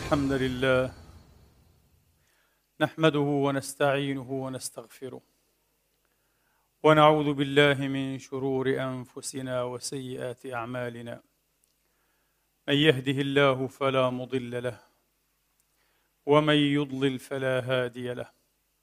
الحمد لله نحمده ونستعينه ونستغفره ونعوذ بالله من شرور أنفسنا وسيئات أعمالنا. من يهده الله فلا مضل له ومن يضلل فلا هادي له،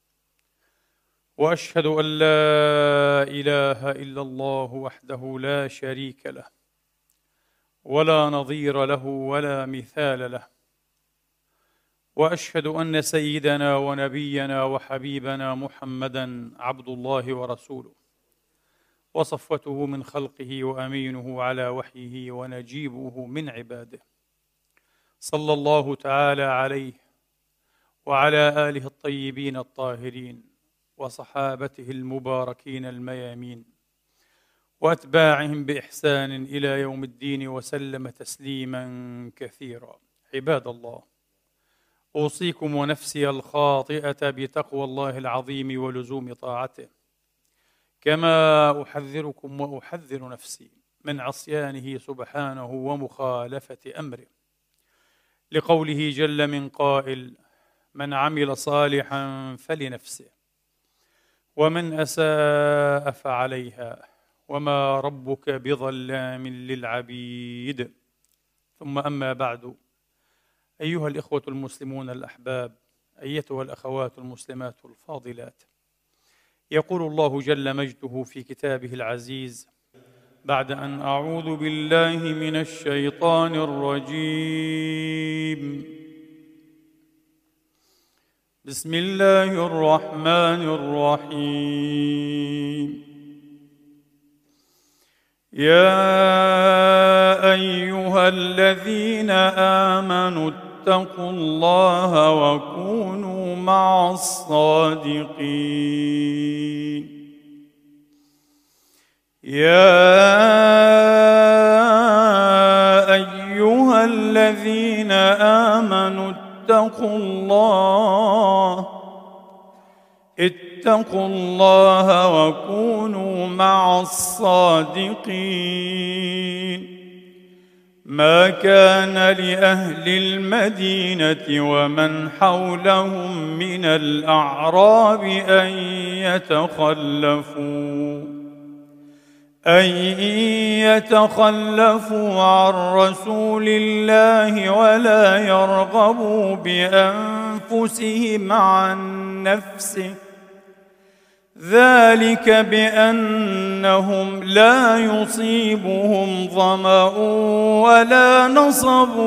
وأشهد أن لا إله إلا الله وحده لا شريك له ولا نظير له ولا مثال له، وأشهد أن سيدنا ونبينا وحبيبنا محمدًا عبد الله ورسوله وصفوته من خلقه وأمينه على وحيه ونجيبه من عباده، صلى الله تعالى عليه وعلى آله الطيبين الطاهرين وصحابته المباركين الميامين وأتباعهم بإحسان إلى يوم الدين وسلم تسليمًا كثيرًا. عباد الله، أوصيكم ونفسي الخاطئة بتقوى الله العظيم ولزوم طاعته، كما أحذركم وأحذر نفسي من عصيانه سبحانه ومخالفة أمره، لقوله جل من قائل: من عمل صالحا فلنفسه ومن أساء فعليها وما ربك بظلام للعبيد. ثم أما بعد، أيها الإخوة المسلمون الأحباب، أيتها الأخوات المسلمات الفاضلات، يقول الله جل مجده في كتابه العزيز بعد أن أعوذ بالله من الشيطان الرجيم: بسم الله الرحمن الرحيم. يا أيها الذين آمنوا اتقوا الله وكونوا مع الصادقين. يا أيها الذين آمنوا اتقوا الله وكونوا مع الصادقين. ما كان لأهل المدينة ومن حولهم من الأعراب أن يتخلفوا عن رسول الله ولا يرغبوا بأنفسهم عن نفسه، ذلك بأنهم لا يصيبهم ظمأ ولا نصب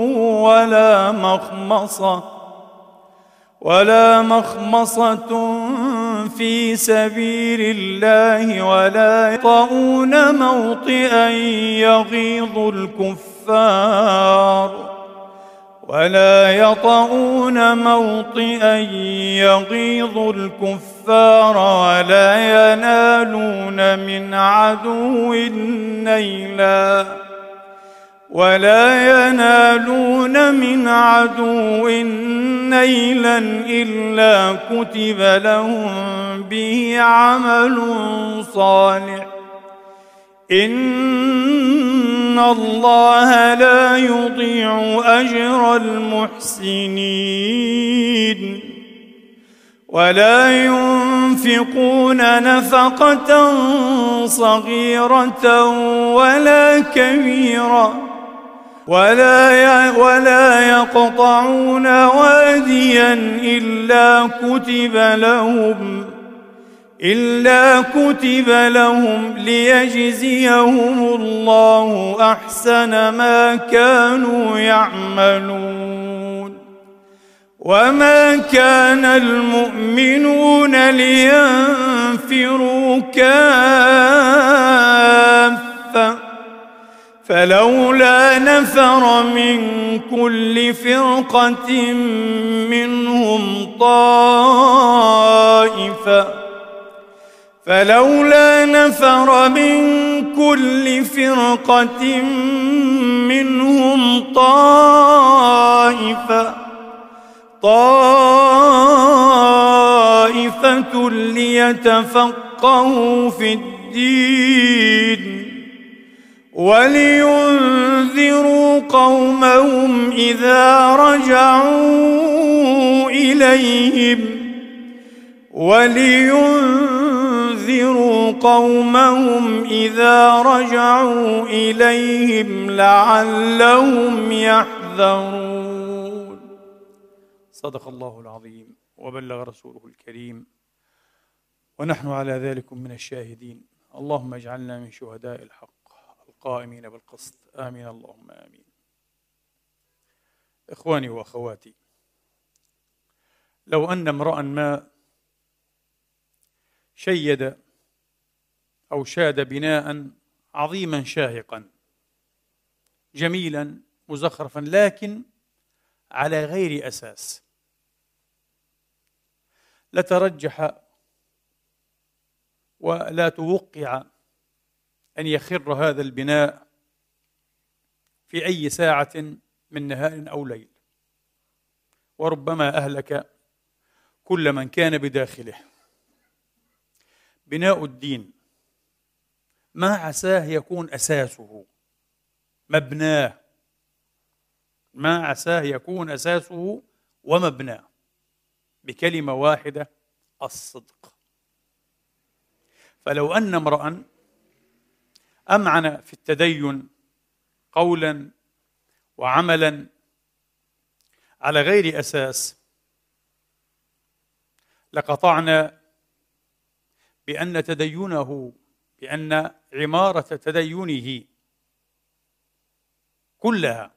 ولا مخمصة في سبيل الله، ولا يطؤون موطئا يغيظ الكفار ولا ينالون من عدو نيلا إلا كتب لهم به عمل صالح. إن الله لا يضيع أجر المحسنين. ولا ينفقون نفقة صغيرة ولا كبيرة ولا يقطعون واديا إلا كتب لهم ليجزيهم الله أحسن ما كانوا يعملون. وما كان المؤمنون لينفروا كافة، فلولا نفر من كل فرقة منهم طائفة ليتفقهوا في الدين ولينذروا قومهم إذا رجعوا إليهم لعلهم يحذرون. صدق الله العظيم وبلغ رسوله الكريم، ونحن على ذلك من الشاهدين. اللهم اجعلنا من شهداء الحق القائمين بالقسط، آمين اللهم آمين. إخواني وأخواتي، لو أن امرأ ما شيد أو شاد بناء عظيما شاهقا جميلا مزخرفا لكن على غير أساس، لترجح ولا توقع أن يخر هذا البناء في أي ساعة من نهار أو ليل، وربما أهلك كل من كان بداخله. بناء الدين ما عساه يكون أساسه مبناه، ما عساه يكون أساسه ومبناه بكلمة واحدة: الصدق. فلو أن امرأ أمعن في التدين قولا وعملا على غير أساس، لقطعنا بأن تدينه، بأن عمارة تدينه كلها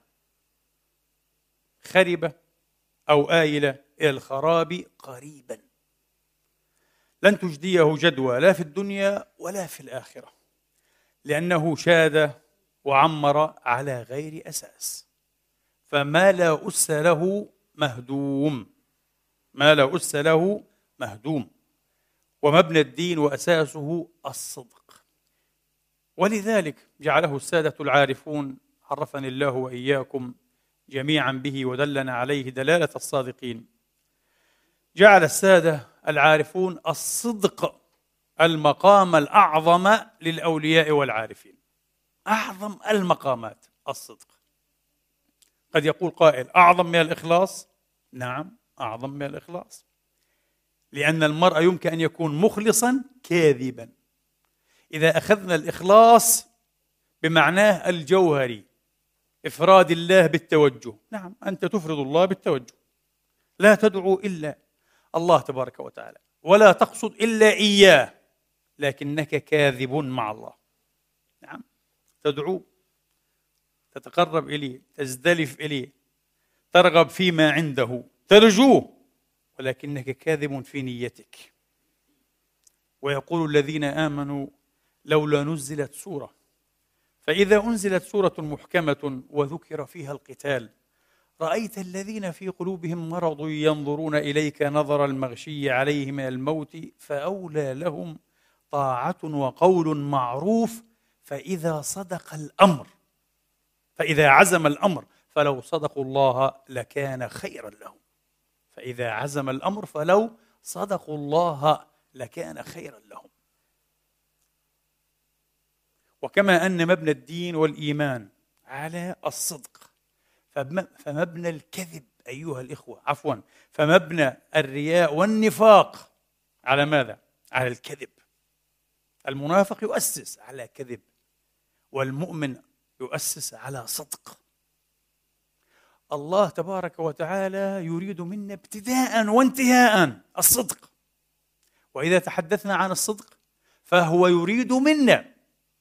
خربة أو آيلة إلى الخراب قريبا، لن تجديه جدوى لا في الدنيا ولا في الآخرة، لأنه شاد وعمر على غير أساس. فما لا أس له مهدوم، ما لا أس له مهدوم، ومبنى الدين وأساسه الصدق. ولذلك جعله السادة العارفون، عرفني الله وإياكم جميعا به ودلنا عليه دلالة الصادقين، جعل السادة العارفون الصدق المقام الأعظم للأولياء والعارفين، أعظم المقامات الصدق. قد يقول قائل: أعظم من الإخلاص؟ نعم، أعظم من الإخلاص، لأن المرء يمكن أن يكون مخلصا كاذبا. إذا أخذنا الإخلاص بمعناه الجوهري، إفراد الله بالتوجه، نعم، أنت تفرد الله بالتوجه، لا تدعو إلا الله تبارك وتعالى ولا تقصد إلا إياه، لكنك كاذب مع الله. نعم، تدعو، تتقرب إليه، تزدلف إليه، ترغب فيما عنده، ترجوه، ولكنك كاذب في نيتك. ويقول الذين آمنوا: لولا نزلت سورة، فإذا أنزلت سورة محكمة وذكر فيها القتال رأيت الذين في قلوبهم مرض ينظرون إليك نظر المغشي عليه من الموت فأولى لهم طاعة وقول معروف، فإذا صدق الأمر، فإذا عزم الأمر فلو صدقوا الله لكان خيرا لهم، فإذا عزم الأمر فلو صدقوا الله لكان خيرا لهم. وكما أن مبنى الدين والإيمان على الصدق، فمبنى الكذب أيها الإخوة، فمبنى الرياء والنفاق على ماذا؟ على الكذب. المنافق يؤسس على كذب، والمؤمن يؤسس على صدق. الله تبارك وتعالى يريد منا ابتداء وانتهاء الصدق، وإذا تحدثنا عن الصدق فهو يريد منا،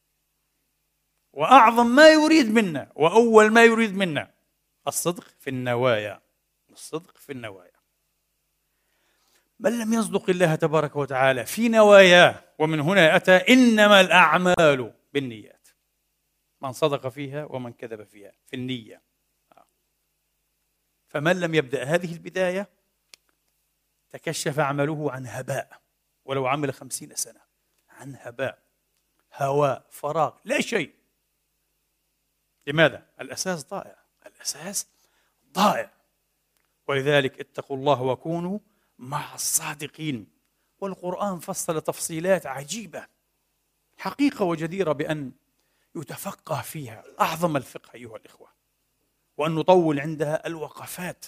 وأعظم ما يريد منا وأول ما يريد منا الصدق في النوايا، الصدق في النوايا. من لم يصدق الله تبارك وتعالى في نواياه، ومن هنا أتى إنما الأعمال بالنيات، من صدق فيها ومن كذب فيها، في النية. فمن لم يبدأ هذه البداية تكشف عمله عن هباء، ولو عمل 50 سنة، عن هباء، هواء، فراغ، لا شيء. لماذا؟ الأساس ضائع، الأساس ضائع. ولذلك اتقوا الله وكونوا مع الصادقين. والقرآن فصل تفصيلات عجيبة حقيقة وجديرة بأن يتفقه فيها أعظم الفقه أيها الإخوة، وأن نطول عندها الوقفات،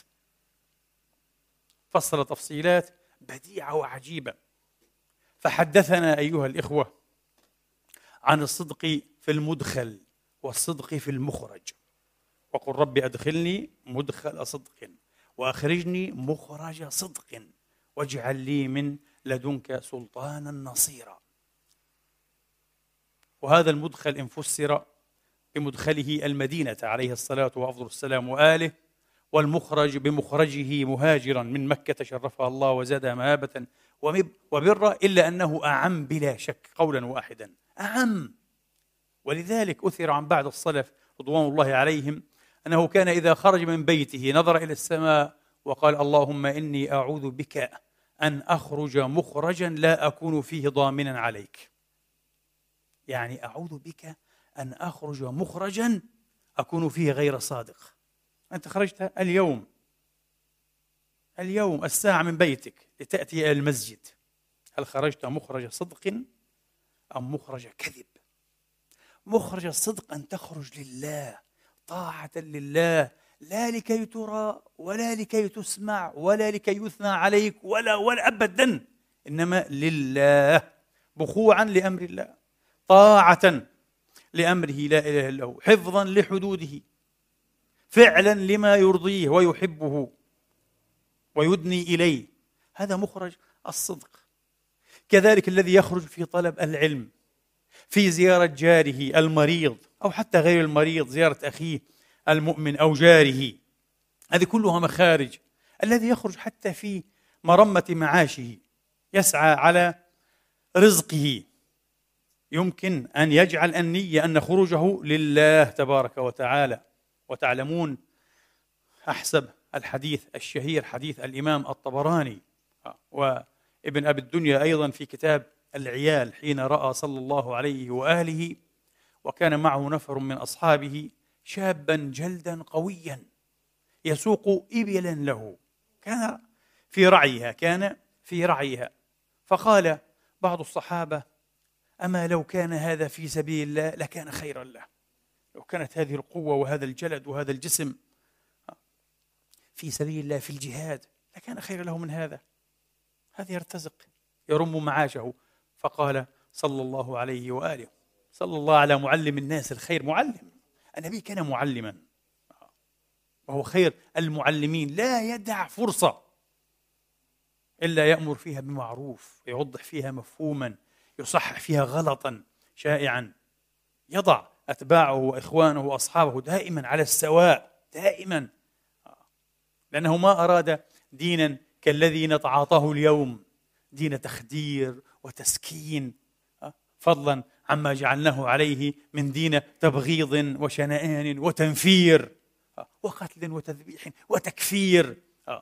فصل تفصيلات بديعة وعجيبة. فحدثنا أيها الإخوة عن الصدق في المدخل والصدق في المخرج، وقل رب أدخلني مدخل صدق وأخرجني مخرج صدق واجعل لي من لدنك سلطانا نصيرا. وهذا المدخل إن فسر بمدخله المدينة عليه الصلاة وأفضل السلام وآله، والمخرج بمخرجه مهاجرا من مكة شرفها الله وزادها مهابة وبرا، إلا أنه أعم بلا شك قولا واحدا، أعم. ولذلك أثر عن بعض السلف رضوان الله عليهم أنه كان إذا خرج من بيته نظر إلى السماء وقال اللهم إني أعوذ بك أن أخرج مخرجا لا أكون فيه ضامنا عليك. يعني أعوذ بك أن أخرج مخرجا أكون فيه غير صادق. أنت خرجت اليوم الساعة من بيتك لتأتي إلى المسجد، هل خرجت مخرج صدق أم مخرج كذب؟ مخرج الصدق أن تخرج لله طاعة لله، لا لكي ترى ولا لكي تسمع ولا لكي يثنى عليك ولا أبدا، إنما لله، بخوعا لأمر الله، طاعة لأمره لا إله إلا هو، حفظا لحدوده، فعلا لما يرضيه ويحبه ويدني إليه. هذا مخرج الصدق. كذلك الذي يخرج في طلب العلم، في زيارة جاره المريض أو حتى غير المريض، زيارة أخيه المؤمن أو جاره، هذه كلها مخارج. الذي يخرج حتى في مرمة معاشه، يسعى على رزقه، يمكن أن يجعل النية أن خروجه لله تبارك وتعالى. وتعلمون أحسب الحديث الشهير حديث الإمام الطبراني وابن أبي الدنيا أيضا في كتاب العيال، حين رأى صلى الله عليه وآله وكان معه نفر من أصحابه شابا جلدا قويا يسوق إبلا له، كان في رعيها، فقال بعض الصحابة أما لو كان هذا في سبيل الله لكان خيرا له، لو كانت هذه القوة وهذا الجلد وهذا الجسم في سبيل الله في الجهاد لكان خيرا له من هذا يرتزق يرم معاشه. فقال صلى الله عليه وآله، صلى الله على معلم الناس الخير، معلم النبي كان معلما وهو خير المعلمين، لا يدع فرصة إلا يأمر فيها بمعروف، يوضح فيها مفهوما، يصحح فيها غلطا شائعا، يضع أتباعه وإخوانه وأصحابه دائما على السواء دائما، لأنه ما أراد دينا كالذي نتعاطاه اليوم، دين تخدير وتسكين، فضلا عما جعلناه عليه من دين تبغيض وشنآن وتنفير وقتل وتذبيح وتكفير،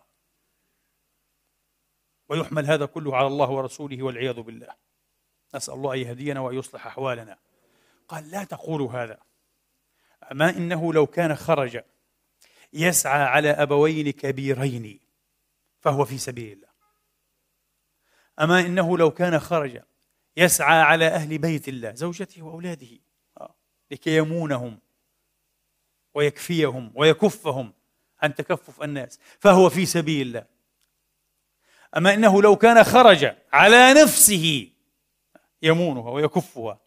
ويحمل هذا كله على الله ورسوله والعياذ بالله. نسأل الله أن يهدينا ويصلح أحوالنا. قال لا تقولوا هذا، أما إنه لو كان خرج يسعى على أبوين كبيرين فهو في سبيل الله، أما إنه لو كان خرج يسعى على أهل بيت الله زوجته وأولاده لكي يمونهم ويكفيهم ويكفهم عن تكفف الناس فهو في سبيل الله، أما إنه لو كان خرج على نفسه يمونها ويكفها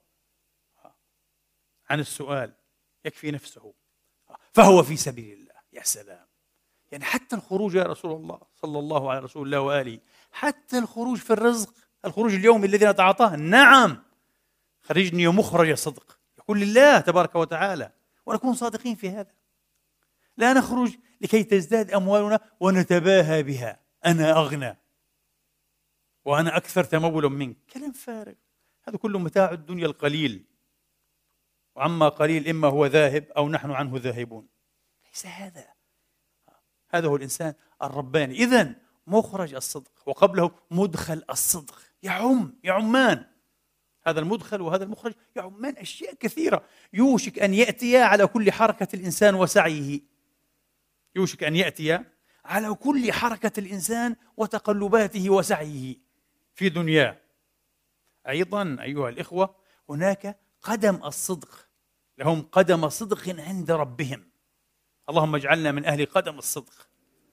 عن السؤال يكفي نفسه فهو في سبيل الله. يا سلام، يعني حتى الخروج يا رسول الله صلى الله على رسول الله وآله، حتى الخروج في الرزق، الخروج اليومي الذي نتعاطاه، نعم خرجني مخرج صدق يكون لله تبارك وتعالى، ونكون صادقين في هذا، لا نخرج لكي تزداد أموالنا ونتباهى بها، أنا أغنى وأنا أكثر تمولا منك، كلام فارغ، هذا كله متاع الدنيا القليل، وعما قليل إما هو ذاهب أو نحن عنه ذاهبون. ليس هذا هو الإنسان الرباني. إذن مخرج الصدق وقبله مدخل الصدق، يعمان هذا المدخل وهذا المخرج، يعمان أشياء كثيرة يوشك أن يأتي على كل حركة الإنسان وسعيه، يوشك أن يأتي على كل حركة الإنسان وتقلباته وسعيه في دنياه. أيضا أيها الإخوة هناك قدم الصدق لهم قدم صدق عند ربهم. اللهم اجعلنا من أهل قدم الصدق.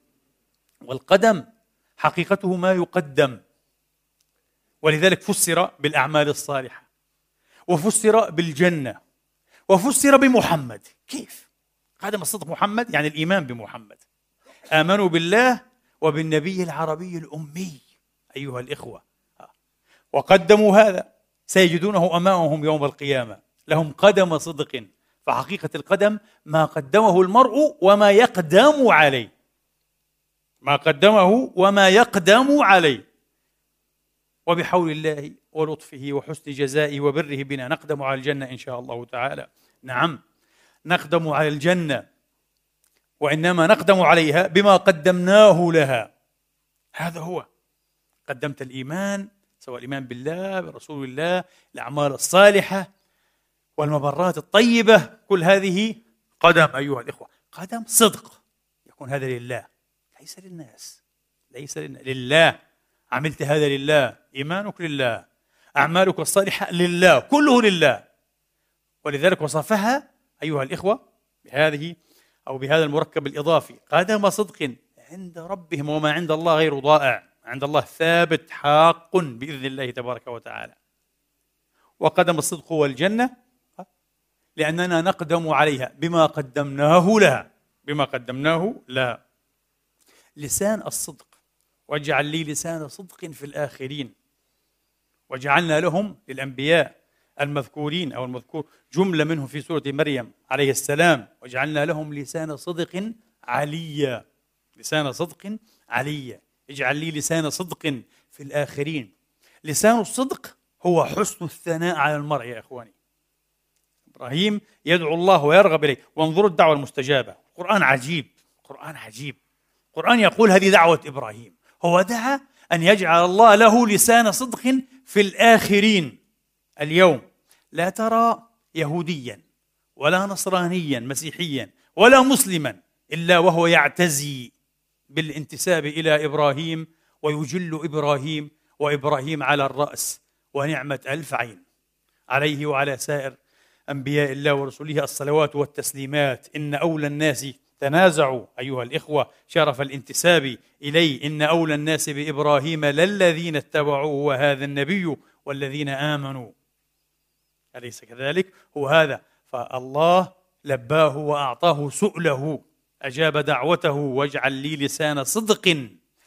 والقدم حقيقته ما يقدم، ولذلك فسر بالأعمال الصالحة، وفسر بالجنة، وفسر بمحمد. كيف؟ قدم الصدق محمد يعني الإيمان بمحمد. آمنوا بالله وبالنبي العربي الأمي أيها الإخوة، وقدموا هذا سيجدونه أمامهم يوم القيامة، لهم قدم صدق. فحقيقة القدم ما قدمه المرء وما يقدم عليه، ما قدمه وما يقدم عليه. وبحول الله ولطفه وحسن جزائه وبره بنا نقدم على الجنة إن شاء الله تعالى. نعم، نقدم على الجنة، وإنما نقدم عليها بما قدمناه لها. هذا هو، قدمت الإيمان، سواء الإيمان بالله برسول الله، الأعمال الصالحة والمبرات الطيبة، كل هذه قدم أيها الإخوة، قدم صدق. يكون هذا لله ليس للناس، ليس لله. عملت هذا لله، إيمانك لله، أعمالك الصالحة لله، كله لله. ولذلك وصفها أيها الإخوة بهذه أو بهذا المركب الإضافي: قدم صدق عند ربهم، وما عند الله غير ضائع، عند الله ثابت حاق بإذن الله تبارك وتعالى. وقدم الصدق هو الجنة، لأننا نقدم عليها بما قدمناه لها، بما قدمناه لها. لسان الصدق: واجعل لي لسان صدق في الآخرين. وجعلنا لهم للأنبياء المذكورين أو المذكور جملة منهم في سورة مريم عليه السلام: وجعلنا لهم لسان صدق عليا، لسان صدق عليا. اجعل لي لسان صدق في الآخرين. لسان الصدق هو حسن الثناء على المرء يا إخواني. إبراهيم يدعو الله ويرغب إليه، وانظروا الدعوة المستجابة. القرآن عجيب، القرآن عجيب. القرآن يقول هذه دعوة إبراهيم، هو دعا أن يجعل الله له لسان صدق في الآخرين. اليوم لا ترى يهوديا ولا نصرانيا مسيحيا ولا مسلما إلا وهو يعتزي بالانتساب إلى إبراهيم ويجل إبراهيم، وإبراهيم على الرأس، ونعمة ألف عين عليه وعلى سائر أنبياء الله ورسوله الصلوات والتسليمات. إن أولى الناس تنازعوا أيها الإخوة شرف الانتساب إليه، إن أولى الناس بإبراهيم للذين اتبعوه وهذا النبي والذين آمنوا. أليس كذلك؟ هو هذا. فالله لباه وأعطاه سؤله، أجاب دعوته: واجعل لي لسان صدق.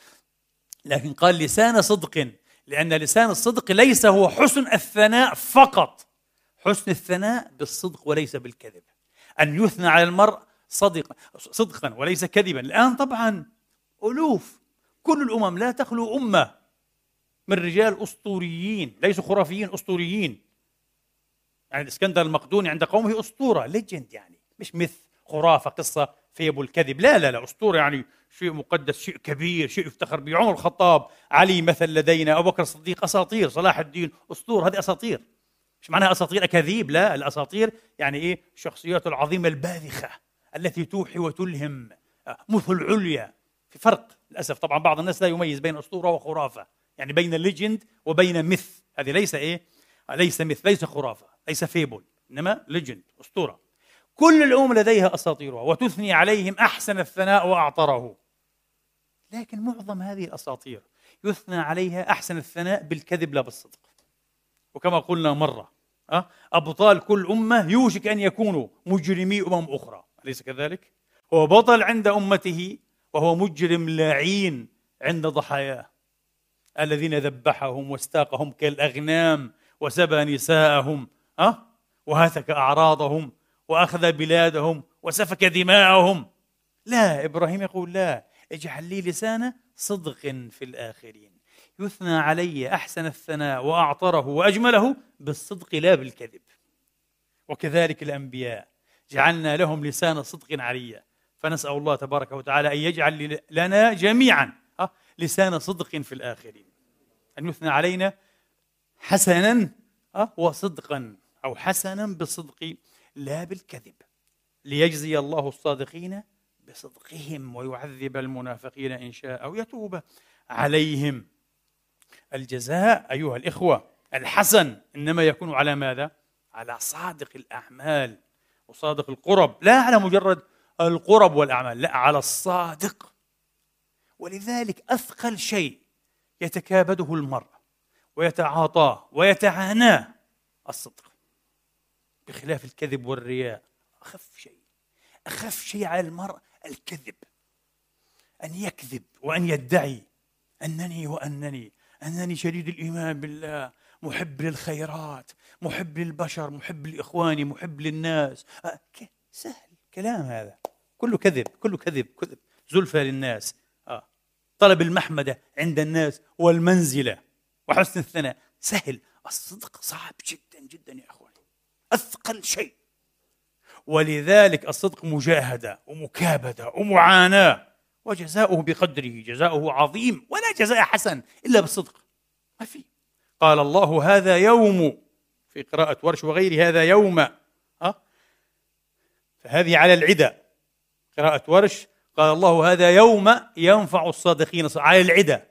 لكن قال لسان صدق لأن لسان الصدق ليس هو حسن الثناء فقط، حسن الثناء بالصدق وليس بالكذب، أن يثنى على المرء صدقا وليس كذبا. الآن طبعا ألوف، كل الأمم لا تخلو أمة من رجال أسطوريين، ليسوا خرافيين، أسطوريين. يعني الإسكندر المقدوني عند قومه أسطورة، ليجند، يعني مش مثل خرافة قصة فيبل الكذب، لا لا لا، أسطورة يعني شيء مقدس، شيء كبير، شيء يفتخر به. عمر الخطاب، علي مثل لدينا، أبو بكر الصديق أساطير، صلاح الدين أسطورة. هذه أساطير، مش معناها أساطير أكاذيب، لا، الأساطير يعني إيه؟ الشخصيات العظيمة الباذخة التي توحي وتلهم، مثل عليا. في فرق للأسف، طبعا بعض الناس لا يميز بين أسطورة وخرافة، يعني بين ليجند وبين مث. هذه ليس إيه؟ ليس مث، ليس خرافة، ليس فيبل، إنما ليجند، أسطورة. كل الأمم لديها أساطيرها وتثني عليهم أحسن الثناء وأعطره. لكن معظم هذه الأساطير يثنى عليها أحسن الثناء بالكذب لا بالصدق. وكما قلنا مرة، أبطال كل أمة يوشك أن يكونوا مجرمي أمم أخرى، أليس كذلك؟ هو بطل عند أمته وهو مجرم لعين عند ضحاياه الذين ذبحهم واستاقهم كالأغنام وسبى نساءهم، وهتك أعراضهم وأخذ بلادهم وسفك دماءهم. لا، إبراهيم يقول: لا، اجعل لي لسان صدق في الآخرين، يثنى علي أحسن الثناء وأعطره وأجمله بالصدق لا بالكذب. وكذلك الأنبياء جعلنا لهم لسان صدق عليا. فنسأل الله تبارك وتعالى أن يجعل لنا جميعا لسان صدق في الآخرين، أن يثنى علينا حسنا وصدقا، أو حسنا بالصدق لا بالكذب، ليجزي الله الصادقين بصدقهم ويعذب المنافقين إن شاء أو يتوب عليهم. الجزاء أيها الإخوة الحسن إنما يكون على ماذا؟ على صادق الأعمال وصادق القرب، لا على مجرد القرب والأعمال، لا، على الصادق. ولذلك أثقل شيء يتكابده المرء ويتعاطاه ويتعاناه الصدق، بخلاف الكذب والرياء. أخف شيء على المرء الكذب، أن يكذب وأن يدعي أنني شديد الإيمان بالله، محب للخيرات، محب للبشر، محب لإخواني، محب للناس. سهل كلام هذا، كله كذب، كله كذب، زلفى للناس، طلب المحمدة عند الناس والمنزلة وحسن الثناء. سهل. الصدق صعب جدا جدا يا أخواني، أثقل شيء. ولذلك الصدق مجاهدة ومكابدة ومعاناة، وجزاؤه بقدره، جزاؤه عظيم، ولا جزاء حسن إلا بالصدق. ما في. قال الله هذا يوم، في قراءة ورش وغير هذا يوم، فهذه على العدة. قراءة ورش قال الله هذا يوم ينفع الصادقين، على العدة.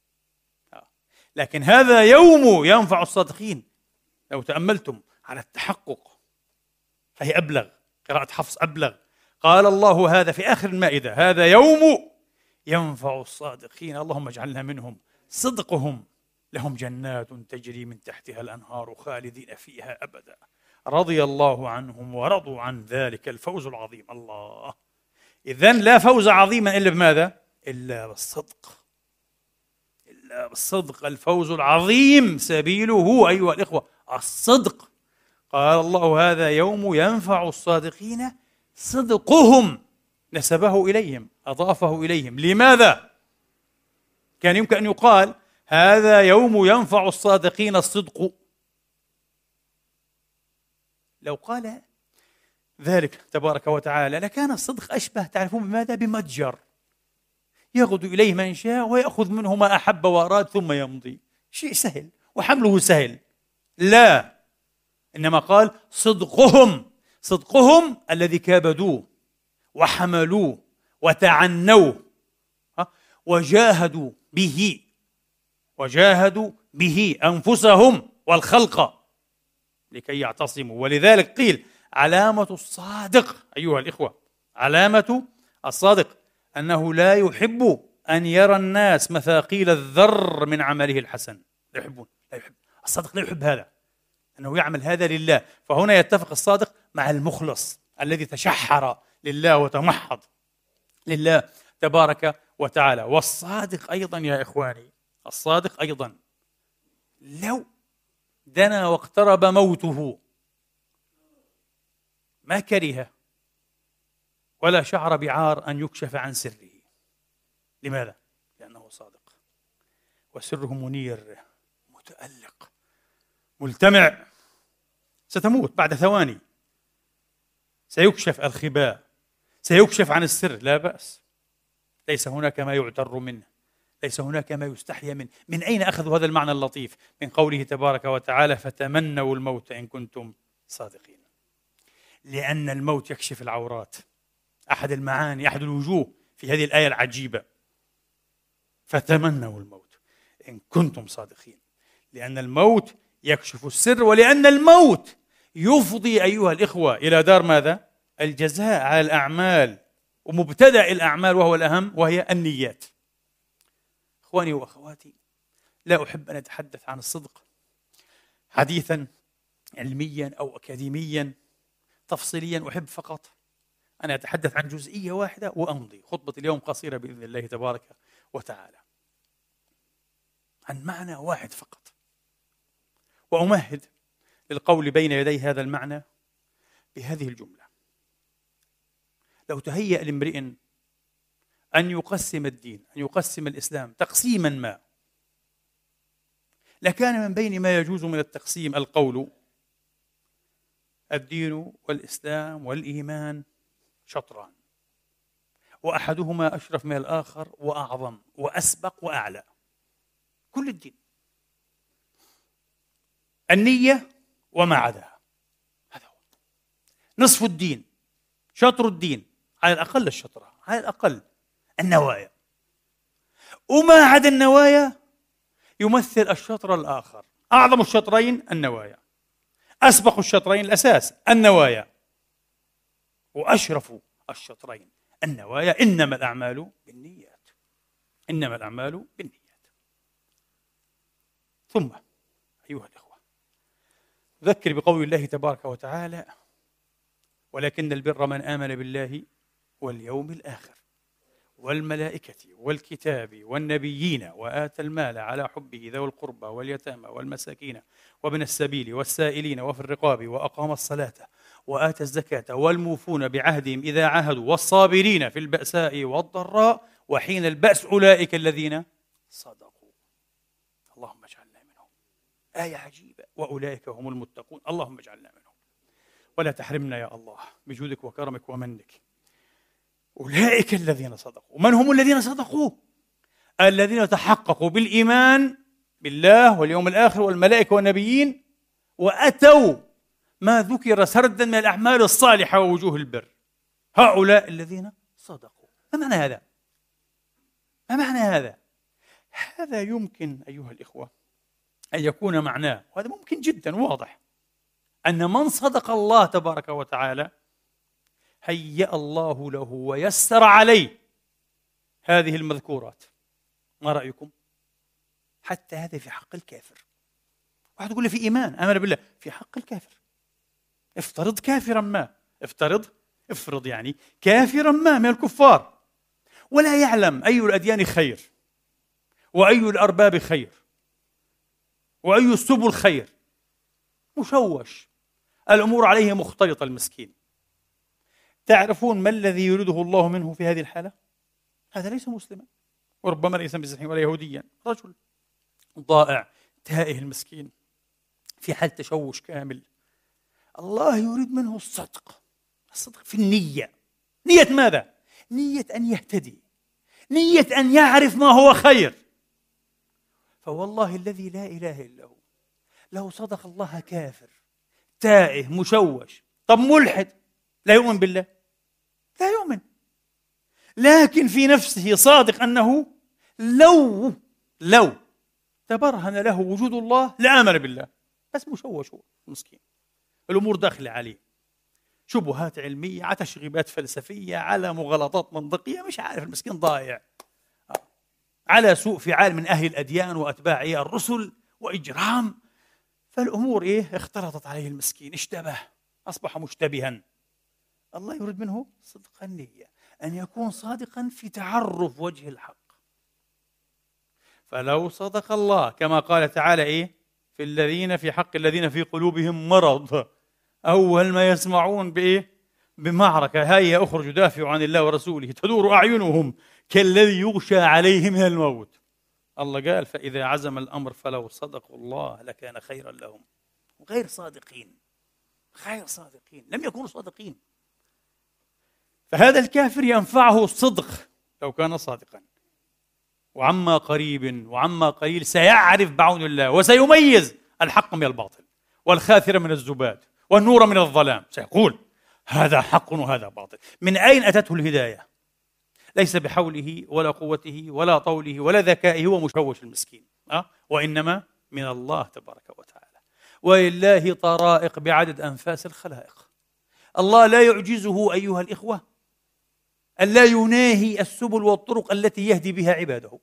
لكن هذا يوم ينفع الصادقين لو تأملتم على التحقق فهي أبلغ. قراءة حفص أبلغ. قال الله هذا في آخر المائدة هذا يوم ينفع الصادقين، اللهم اجعلنا منهم، صدقهم لهم جنات تجري من تحتها الأنهار خالدين فيها أبدا، رضي الله عنهم ورضوا عن ذلك الفوز العظيم. الله. إذن لا فوز عظيما إلا بماذا؟ إلا بالصدق. إلا بالصدق. الفوز العظيم سبيله أيها الإخوة الصدق. قال الله هذا يوم ينفع الصادقين صدقهم، نسبه إليهم، أضافه إليهم. لماذا؟ كان يمكن أن يقال هذا يوم ينفع الصادقين الصدق. لو قال ذلك تبارك وتعالى لكان الصدق أشبه، تعرفون بماذا؟ بمتجر يغدو إليه من شاء ويأخذ منه ما أحب وأراد ثم يمضي. شيء سهل وحمله سهل. لا، إنما قال صدقهم، صدقهم الذي كابدوه وحملوه وتعنوه وجاهدوا به أنفسهم والخلق لكي يعتصموا. ولذلك قيل علامة الصادق أيها الإخوة، علامة الصادق أنه لا يحب أن يرى الناس مثاقيل الذر من عمله الحسن. لا يحبون، لا يحب الصادق، لا يحب هذا، أنه يعمل هذا لله. فهنا يتفق الصادق مع المخلص الذي تشحر لله وتمحض لله تبارك وتعالى. والصادق أيضا يا إخواني، الصادق أيضا لو دنا واقترب موته ما كره ولا شعر بعار أن يكشف عن سره. لماذا؟ لأنه صادق، وسره منير متألق ملتمع. ستموت بعد ثواني، سيكشف الخباء، سيكشف عن السر، لا بأس. ليس هناك ما يعتر منه، ليس هناك ما يستحيا منه. من أين أخذوا هذا المعنى اللطيف؟ من قوله تبارك وتعالى فتمنوا الموت إن كنتم صادقين. لأن الموت يكشف العورات. أحد المعاني، أحد الوجوه في هذه الآية العجيبة، فتمنوا الموت إن كنتم صادقين، لأن الموت يكشف السر، ولأن الموت يفضي أيها الإخوة إلى دار ماذا؟ الجزاء على الأعمال، ومبتدأ الأعمال وهو الأهم، وهي النيات. إخواني وأخواتي، لا أحب أن أتحدث عن الصدق حديثا علميا أو أكاديميا تفصيليا. أحب فقط أن أتحدث عن جزئية واحدة وأمضي. خطبة اليوم قصيرة بإذن الله تبارك وتعالى، عن معنى واحد فقط، وأمهد للقول بين يدي هذا المعنى بهذه الجملة: لو تهيأ لامرئ أن يقسم الدين، أن يقسم الإسلام تقسيما ما، لكان من بين ما يجوز من التقسيم القول الدين والإسلام والإيمان شطران، وأحدهما أشرف من الآخر وأعظم وأسبق وأعلى. كل الدين، النية وما عداها، هذا هو نصف الدين، شطر الدين، على الأقل الشطرة، على الأقل النوايا، وما عدا النوايا يمثل الشطر الآخر. أعظم الشطرين النوايا، أسبق الشطرين الأساس النوايا. وأشرف الشطرين النوايا. إنما الأعمال بالنيات، إنما الأعمال بالنيات. ثم أيها الإخوة، أذكر بقول الله تبارك وتعالى: ولكن البر من آمن بالله واليوم الآخر والملائكة والكتاب والنبيين وآتى المال على حبه ذوي القربى واليتامى والمساكين وابن السبيل والسائلين وفي الرقاب وأقام الصلاة وآتى الزكاة والموفون بعهدهم إذا عاهدوا والصابرين في البأساء والضراء وحين البأس أولئك الذين صدقوا. اللهم اجعلنا منهم. آية عجيبة. وأولئك هم المتقون. اللهم اجعلنا منهم ولا تحرمنا يا الله بجودك وكرمك ومنك. أولئك الذين صدقوا. من هم الذين صدقوا؟ الذين تحققوا بالإيمان بالله واليوم الآخر والملائكة والنبيين، وأتوا ما ذكر سردا من الأعمال الصالحة ووجوه البر. هؤلاء الذين صدقوا. ما معنى هذا؟ ما معنى هذا؟ هذا يمكن أيها الإخوة أن يكون معناه، وهذا ممكن جدا واضح، أن من صدق الله تبارك وتعالى هيأ الله له ويسر عليه هذه المذكورات. ما رأيكم؟ حتى هذا في حق الكافر. واحد يقول لي في إيمان آمن بالله، في حق الكافر. افترض كافرا ما، افرض يعني كافرا ما من الكفار ولا يعلم أي الأديان خير وأي الأرباب خير وأي السبل خير، مشوش، الأمور عليه مختلطة المسكين. تعرفون ما الذي يريده الله منه في هذه الحالة؟ هذا ليس مسلما، وربما ليس مسيحيا ولا يهوديا، رجل ضائع تائه المسكين في حال تشوش كامل. الله يريد منه الصدق في النية. نية ماذا؟ نية أن يهتدي، نية أن يعرف ما هو خير. فوالله الذي لا إله إلا هو لو صدق الله كافر تائه مشوش، طب ملحد لا يؤمن بالله، لا يؤمن، لكن في نفسه صادق أنه لو تبرهن له وجود الله لآمن بالله، بس مشوش هو مسكين، الأمور داخلة عليه، شبهات علمية على تشغيبات فلسفية على مغالطات منطقية، مش عارف، المسكين ضايع، على سوء فعال من أهل الأديان وأتباع الرسل وإجرام. فالأمور اختلطت عليه المسكين، اشتبه، أصبح مشتبها. الله يريد منه صدق النية، أن يكون صادقا في تعرف وجه الحق. فلو صدق الله كما قال تعالى في الذين في حق الذين في قلوبهم مرض، أول ما يسمعون بمعركة هيا أخرج دافعوا عن الله ورسوله تدور أعينهم كالذي يغشى عليه من الموت. الله قال فإذا عزم الأمر فلو صدقوا الله لكان خيرا لهم. غير صادقين لم يكونوا صادقين. فهذا الكافر ينفعه الصدق لو كان صادقا، وعما قريب وعما قليل سيعرف بعون الله وسيميز الحق من الباطل والخاثر من الزباد والنور من الظلام، سيقول هذا حق وهذا باطل. من أين أتته الهداية؟ ليس بحوله ولا قوته ولا طوله ولا ذكائه، هو مشوش المسكين، وإنما من الله تبارك وتعالى. ولله طرائق بعدد أنفاس الخلائق. الله لا يعجزه أيها الإخوة أن لا يناهي السبل والطرق التي يهدي بها عباده.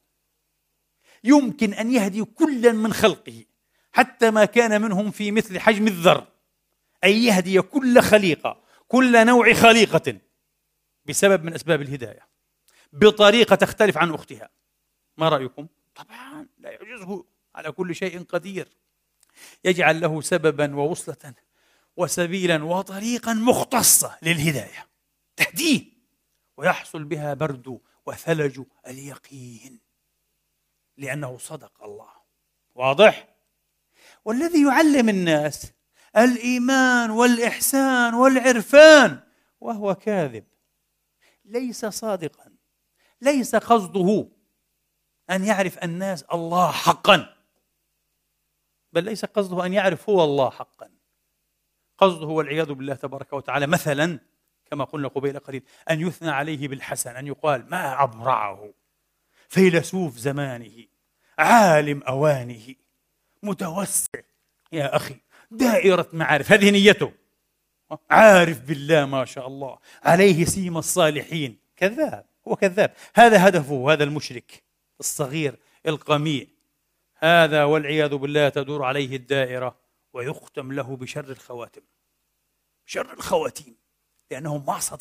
يمكن أن يهدي كلا من خلقه حتى ما كان منهم في مثل حجم الذر، أن يهدي كل خليقة، كل نوع خليقة بسبب من أسباب الهداية بطريقة تختلف عن أختها. ما رأيكم؟ طبعا لا يعجزه، على كل شيء قدير. يجعل له سببا ووصلة وسبيلا وطريقا مختصة للهداية تهديه، ويحصل بها برد وثلج اليقين لأنه صدق الله. واضح؟ والذي يعلم الناس الإيمان والإحسان والعرفان وهو كاذب، ليس صادقا، ليس قصده أن يعرف الناس الله حقا، بل ليس قصده أن يعرف هو الله حقا. قصده والعياذ بالله تبارك وتعالى مثلا كما قلنا قبيل قليل أن يثنى عليه بالحسن، أن يقال ما أبرعه، فيلسوف زمانه، عالم أوانه، متوسع يا أخي، دائرة معارف، هذه نيته. عارف بالله ما شاء الله، عليه سيم الصالحين. كذاب، هو كذاب. هذا هدفه، هذا المشرك الصغير القميء هذا، والعياذ بالله تدور عليه الدائرة ويختم له بشر الخواتم، شر الخواتيم، لأنه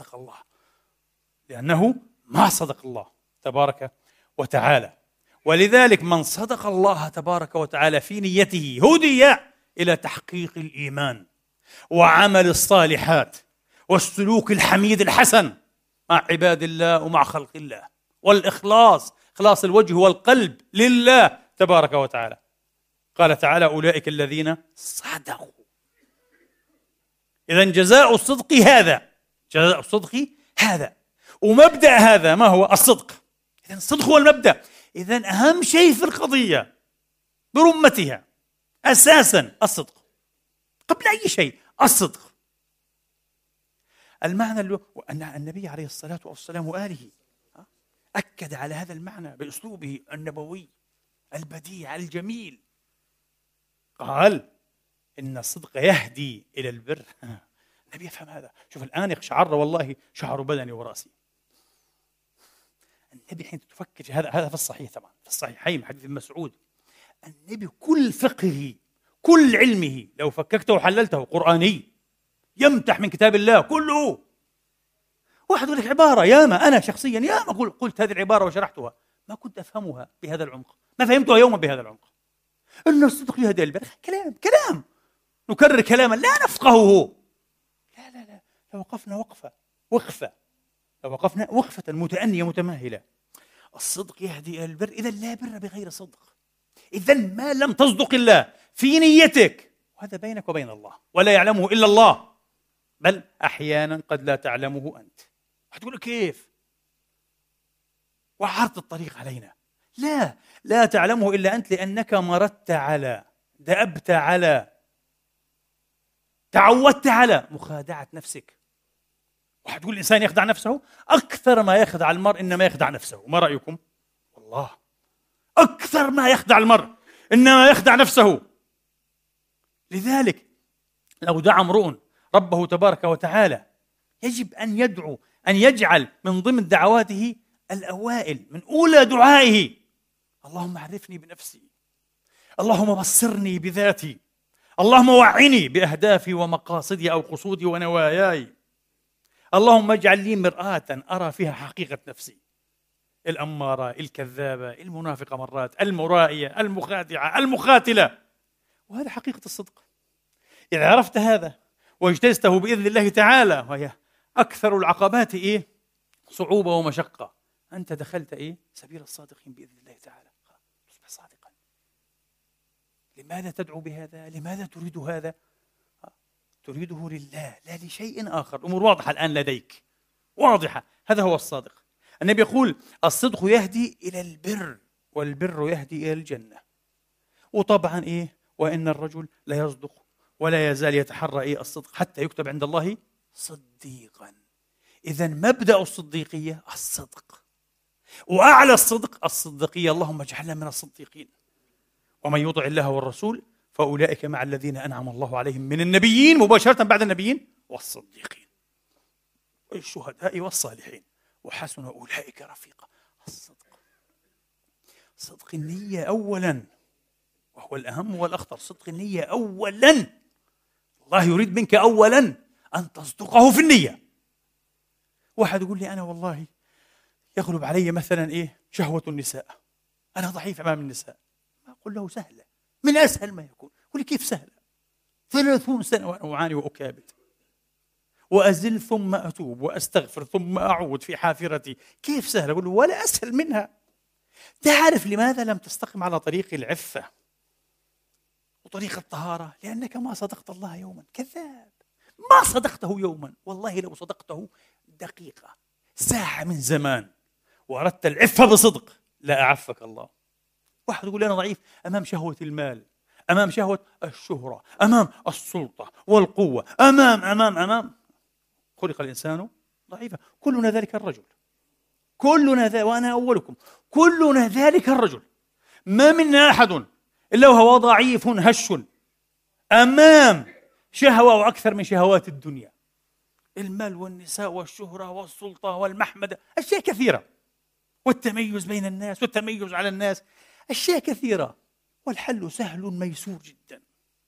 ما صدق الله تبارك وتعالى. ولذلك من صدق الله تبارك وتعالى في نيته هدي إلى تحقيق الإيمان وعمل الصالحات والسلوك الحميد الحسن مع عباد الله ومع خلق الله، والإخلاص، إخلاص الوجه والقلب لله تبارك وتعالى. قال تعالى: أولئك الذين صدقوا. إذن جزاء الصدق هذا، جزاء الصدق هذا، ومبدأ هذا ما هو؟ الصدق. إذن الصدق هو المبدأ. إذن أهم شيء في القضية برمتها أساسا الصدق، قبل أي شيء الصدق. المعنى أن النبي عليه الصلاة والسلام وآله أكد على هذا المعنى بأسلوبه النبوي البديع الجميل. قال: إن الصدق يهدي إلى البر. النبي يفهم هذا. شوف الآن يقشعر والله شعر بدني ورأسي. النبي حين تفكر هذا في الصحيح طبعا، في الصحيحين حديث ابن مسعود. النبي كل فقهه كل علمه لو فككته وحللته قرآني، يمتح من كتاب الله كله. واحد يقول لك عبارة، ياما أنا شخصيا ياما قلت هذه العبارة وشرحتها، ما كنت أفهمها بهذا العمق، ما فهمتها يوما بهذا العمق. إن الصدق يهدي البر، كلام نكرر كلاما لا نفقهه. لا لو وقفنا وقفة متأنية متماهلة. الصدق يهدي إلى البر، إذا لا بر بغير صدق. إذا ما لم تصدق الله في نيتك، وهذا بينك وبين الله ولا يعلمه إلا الله، بل أحيانا قد لا تعلمه أنت. هتقول كيف؟ وعرض الطريق علينا. لا تعلمه إلا أنت، لأنك مرت على، دأبت على، تعودت على مخادعة نفسك. واحد يقول الإنسان يخدع نفسه، أكثر ما يخدع المرء إنما يخدع نفسه. ما رأيكم؟ والله أكثر ما يخدع المرء إنما يخدع نفسه. لذلك لو دعا امرؤ ربه تبارك وتعالى يجب أن يدعو، أن يجعل من ضمن دعواته الأوائل، من أولى دعائه: اللهم عرفني بنفسي، اللهم بصرني بذاتي، اللهم وعني بأهدافي ومقاصدي أو قصودي ونواياي، اللهم اجعل لي مرآة أرى فيها حقيقة نفسي، الأمارة، الكذابة، المنافقة، مرات المرائية، المخادعة، المخاتلة. وهذا حقيقة الصدق. إذا عرفت هذا واجتزته بإذن الله تعالى، وهي أكثر العقبات صعوبة ومشقة، أنت دخلت سبيل الصادقين بإذن الله تعالى. تصبح صادقا. لماذا تدعو بهذا؟ لماذا تريد هذا؟ تريده لله لا لشيء آخر. الأمور واضحة الآن لديك، واضحة. هذا هو الصادق. النبي يقول: الصدق يهدي إلى البر، والبر يهدي إلى الجنة. وطبعا وإن الرجل لا يصدق ولا يزال يتحرى الصدق حتى يكتب عند الله صديقا. إذا مبدأ الصديقية الصدق، وأعلى الصدق الصديقية. اللهم اجعلنا من الصديقين. ومن يطع الله والرسول فأولئك مع الذين أنعم الله عليهم من النبيين، مباشرة بعد النبيين، والصديقين والشهداء والصالحين، وحسن أولئك رفيقا. الصدق، صدق النية أولا، وهو الأهم والأخطر. صدق النية أولا. الله يريد منك أولا أن تصدقه في النية. واحد يقول لي: أنا والله يغلب علي مثلا شهوة النساء، أنا ضعيف أمام النساء. أقول له: سهلة، من أسهل ما يكون. يقول لي: كيف سهلة؟ 30 سنة وأنا أعاني وأكابد، وأزل ثم أتوب وأستغفر ثم أعود في حافرتي، كيف سهلة؟ أقول له: ولا أسهل منها. تعرف لماذا لم تستقم على طريق العفة وطريق الطهارة؟ لأنك ما صدقت الله يوما. كذاب، ما صدقته يوما. والله لو صدقته دقيقة، ساعة من زمان، وأردت العفة بصدق، لا أعفك الله. واحد يقول: أنا ضعيف أمام شهوة المال، أمام شهوة الشهرة، أمام السلطة والقوة، أمام. خلق الإنسان ضعيفا. كلنا ذلك الرجل، كلنا وأنا أولكم، كلنا ذلك الرجل. ما منا أحد إلا وهو ضعيف هش أمام شهوة وأكثر من شهوات الدنيا. المال والنساء والشهرة والسلطة والمحمدة، أشياء كثيرة، والتميز بين الناس والتميز على الناس، أشياء كثيرة. والحل سهل ميسور جدا،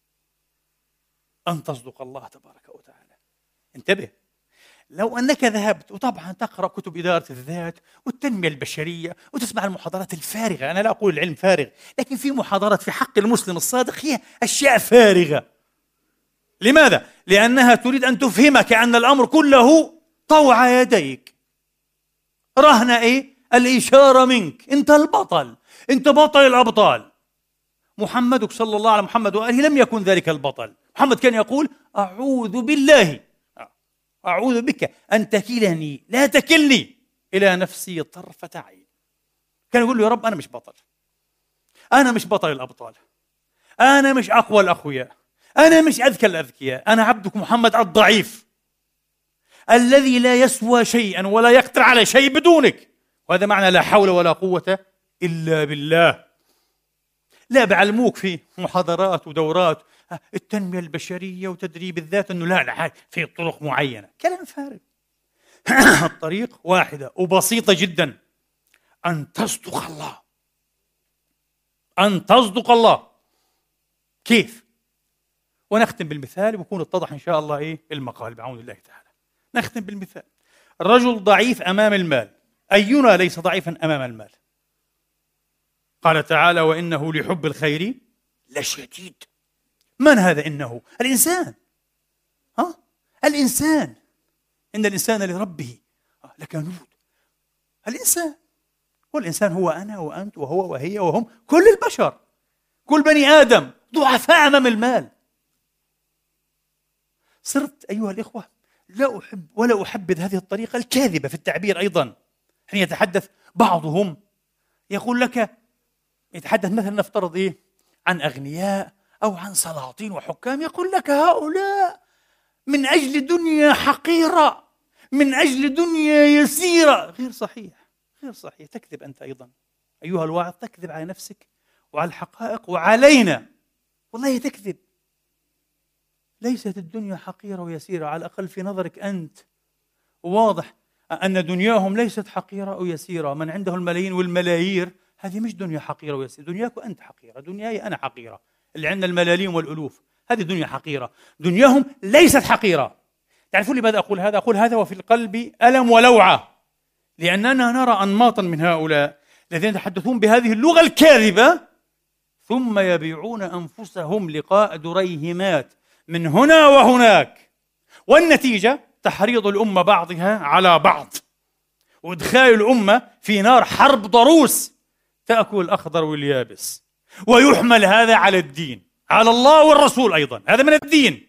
أن تصدق الله تبارك وتعالى. انتبه، لو أنك ذهبت وطبعا تقرأ كتب إدارة الذات والتنمية البشرية وتسمع المحاضرات الفارغة، أنا لا أقول العلم فارغ، لكن في محاضرات في حق المسلم الصادق هي أشياء فارغة. لماذا؟ لأنها تريد أن تفهمك أن الأمر كله طوع يديك، رهن إيه؟ الإشارة منك، أنت البطل، أنت بطل الأبطال. محمدك صلى الله على محمد وآله لم يكن ذلك البطل. محمد كان يقول أعوذ بالله، أعوذ بك أن تكلني لا تكلني إلى نفسي طرفة عين. كان يقول له يا رب أنا مش بطل، أنا مش بطل الأبطال، أنا مش أقوى الأقوياء، أنا مش أذكى الأذكياء، أنا عبدك محمد الضعيف الذي لا يسوى شيئا ولا يقدر على شيء بدونك. وهذا معنى لا حول ولا قوة إلا بالله. لا بعلموك في محاضرات ودورات التنمية البشرية وتدريب الذات أنه لا في طرق معينة، كلام فارغ. الطريق واحدة وبسيطة جدا، أن تصدق الله، أن تصدق الله. كيف؟ ونختم بالمثال ويكون اتضح إن شاء الله إيه المقال بعون الله تعالى. نختم بالمثال. الرجل ضعيف أمام المال، أينا ليس ضعيفا أمام المال؟ قال تعالى وإنه لحب الخير لشديد. من هذا إنه؟ الإنسان. الإنسان، إن الإنسان لربه لكنود. الإنسان، والإنسان هو أنا وأنت وهو وهي وهم، كل البشر، كل بني آدم ضعفاء أمام المال. صرت أيها الإخوة لا أحب ولا أحبذ هذه الطريقة الكاذبة في التعبير. أيضا حين يتحدث بعضهم يقول لك، يتحدث مثلا نفترض إيه عن أغنياء أو عن سلاطين وحكام، يقول لك هؤلاء من أجل دنيا حقيرة، من أجل دنيا يسيرة. غير صحيح، غير صحيح. تكذب أنت أيضا أيها الواعظ، تكذب على نفسك وعلى الحقائق وعلينا، والله تكذب. ليست الدنيا حقيرة ويسيرة، على الأقل في نظرك أنت. واضح أن دنياهم ليست حقيرة أو يسيرة. من عنده الملايين والملايير هذه مش دنيا حقيرة ويسيرة. دنياك أنت حقيرة، دنياي أنا حقيرة. اللي عندنا الملايين والألوف هذه دنيا حقيرة، دنياهم ليست حقيرة. تعرفون لماذا أقول هذا؟ أقول هذا وفي القلب ألم ولوعة، لأننا نرى أنماطا من هؤلاء الذين يتحدثون بهذه اللغة الكاذبة ثم يبيعون أنفسهم لقاء دريهمات من هنا وهناك، والنتيجة تحريض الأمة بعضها على بعض وإدخال الأمة في نار حرب ضروس تأكل الأخضر واليابس، ويحمل هذا على الدين، على الله والرسول أيضا، هذا من الدين.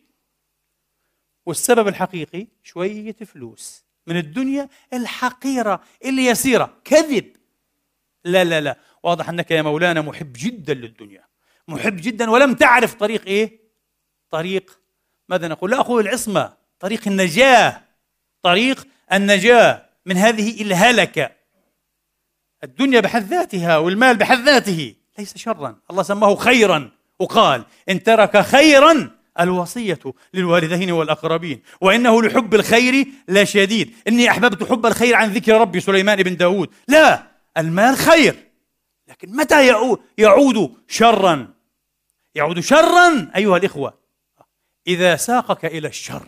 والسبب الحقيقي شوية فلوس من الدنيا الحقيرة اللي يسيرة. كذب. لا لا لا، واضح أنك يا مولانا محب جدا للدنيا، محب جدا، ولم تعرف طريق إيه؟ طريق ماذا نقول؟ لا أقول العصمة، طريق النجاة، طريق النجاة من هذه الهلكة. الدنيا بحد ذاتها والمال بحد ذاته ليس شرا، الله سماه خيرا، وقال إن ترك خيرا الوصية للوالدين والأقربين وإنه لحب الخير لشديد. إني أحببت حب الخير عن ذكر ربي سليمان بن داود. لا، المال خير، لكن متى يعود شرا؟ يعود شرا أيها الإخوة إذا ساقك إلى الشر،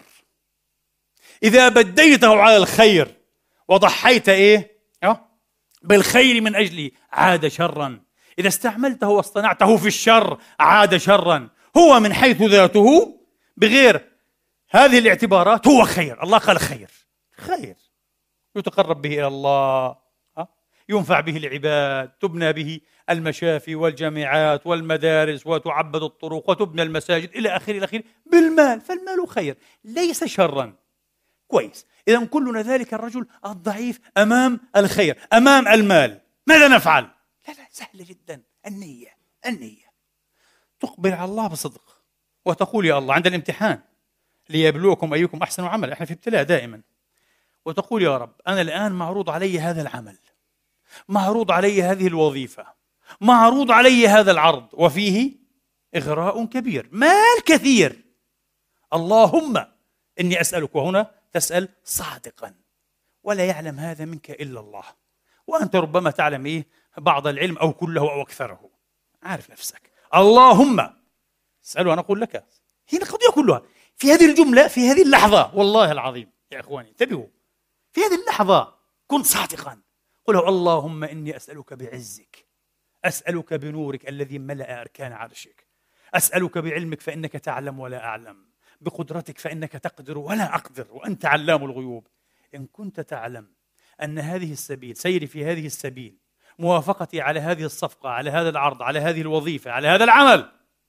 إذا بديته على الخير وضحيت إيه؟ بالخير من أجله عاد شرا. إذا استعملته واصطنعته في الشر عاد شرا. هو من حيث ذاته بغير هذه الاعتبارات هو خير. الله قال خير، خير يتقرب به إلى الله، ينفع به العباد، تبنى به المشافي والجامعات والمدارس وتعبد الطرق وتبنى المساجد إلى آخره إلى آخره بالمال. فالمال خير ليس شرا. كويس. إذا كلنا ذلك الرجل الضعيف أمام الخير، أمام المال. ماذا نفعل؟ لا لا، سهلة جدا. النية تقبل على الله بصدق وتقول يا الله عند الامتحان ليبلوكم أيكم أحسن عمل، احنا في ابتلاء دائما، وتقول يا رب أنا الآن معروض علي هذا العمل، معروض علي هذه الوظيفة، معروض علي هذا العرض، وفيه إغراء كبير، مال كثير. اللهم إني أسألك، وهنا تسأل صادقا، ولا يعلم هذا منك إلا الله، وأنت ربما تعلم بعض العلم أو كله أو أكثره. عارف نفسك. اللهم اسأله. أنا أقول لك هي القضية كلها في هذه الجملة، في هذه اللحظة. والله العظيم يا إخواني انتبهوا، في هذه اللحظة كن صادقا. قل اللهم إني أسألك بعزك، أسألك بنورك الذي ملأ أركان عرشك، أسألك بعلمك فإنك تعلم ولا أعلم، بقدرتك فإنك تقدر ولا أقدر، وأنت علام الغيوب. إن كنت تعلم أن هذه السبيل، سيري في هذه السبيل، موافقتي على هذه الصفقة، على هذا العرض، على هذه الوظيفة، على هذا العمل،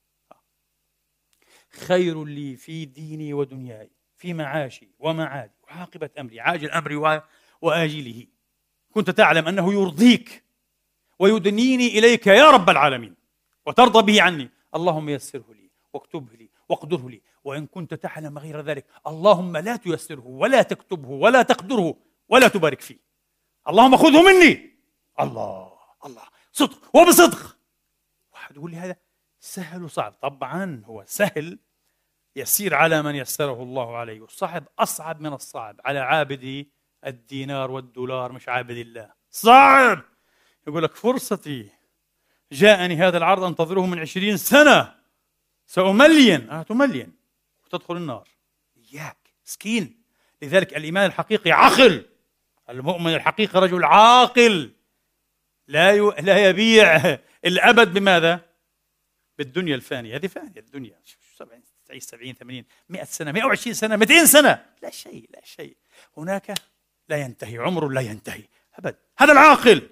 خير لي في ديني ودنياي، في معاشي ومعادي وعاقبة أمري، عاجل أمري وآجله، كنت تعلم أنه يرضيك ويدنيني إليك يا رب العالمين وترضى به عني، اللهم يسره لي واكتبه لي واقدره لي. وإن كنت تعلم غير ذلك، اللهم لا تيسره ولا تكتبه ولا تقدره ولا تبارك فيه، اللهم خذه مني. الله صدق وبصدق. واحد يقول لي هذا سهل وصعب. طبعا هو سهل يسير على من يسره الله عليه، والصعب أصعب من الصعب على عابد الدينار والدولار، مش عابد الله. صعب. يقول لك فرصتي، جاءني هذا العرض أنتظره من 20 سنة، سأملين. تملين وتدخل النار. إياك مسكين. لذلك الإيمان الحقيقي عقل. المؤمن الحقيقي رجل عاقل، لا يبيع الأبد بماذا؟ بالدنيا الفانية. هذه فانية الدنيا، 70 80 100 سنة 120 سنة 200 سنة، لا شيء لا شيء. هناك لا ينتهي، عمر لا ينتهي أبد. هذا العاقل.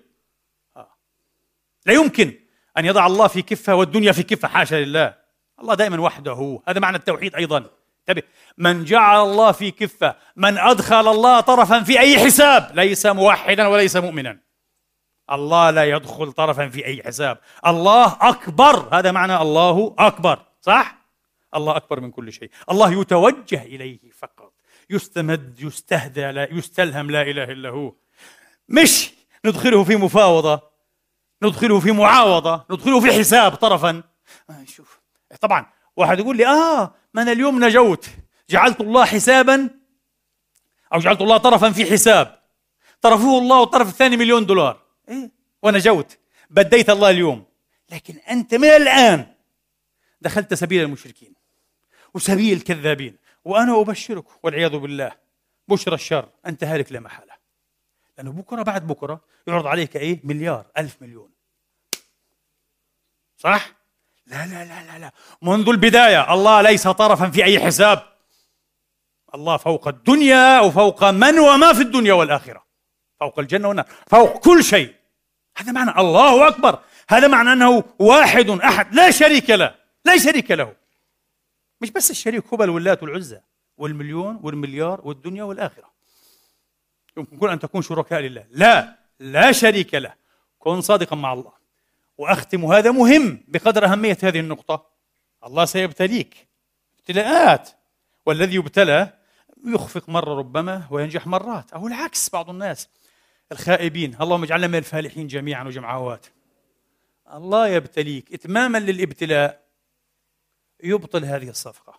لا يمكن أن يضع الله في كفة والدنيا في كفة، حاشا لله. الله دائما وحده. هذا معنى التوحيد أيضا. انتبه، من جعل الله في كفة، من أدخل الله طرفا في أي حساب، ليس موحدا وليس مؤمنا. الله لا يدخل طرفا في أي حساب. الله أكبر، هذا معنى الله أكبر، صح؟ الله أكبر من كل شيء. الله يتوجه إليه فقط، يستمد، يستهدى، لا يستلهم، لا إله إلا هو. مش ندخله في مفاوضة، ندخله في معاوضة، ندخله في حساب طرفا. شوف طبعا واحد يقول لي ما أنا اليوم نجوت، جعلت الله حسابا أو جعلت الله طرفا في حساب، طرفه الله والطرف الثاني $1,000,000 ونجوت، بديت الله اليوم. لكن أنت من الآن دخلت سبيل المشركين وسبيل الكذابين، وأنا أبشرك والعياذ بالله بشرى الشر، أنت هالك لا محالة. لأنه بكرة بعد بكرة يعرض عليك مليار، 1,000 مليون، صح؟ لا لا لا لا لا. منذ البداية الله ليس طرفا في أي حساب. الله فوق الدنيا وفوق من وما في الدنيا والآخرة، فوق الجنة والنار، فوق كل شيء. هذا معنى الله أكبر. هذا معنى أنه واحد أحد لا شريك له، لا شريك له. مش بس الشريك هبل واللات والعزى والمليون والمليار والدنيا والآخرة، يمكن أن تكون شركاء لله. لا شريك له. كن صادقا مع الله. وأختم، هذا مهم بقدر أهمية هذه النقطة. الله سيبتليك ابتلاءات، والذي يبتلى يخفق مرة ربما وينجح مرات، أو العكس. بعض الناس الخائبين، اللهم اجعلنا من الفالحين جميعا وجمعوات. الله يبتليك إتماما للابتلاء، يبطل هذه الصفقة،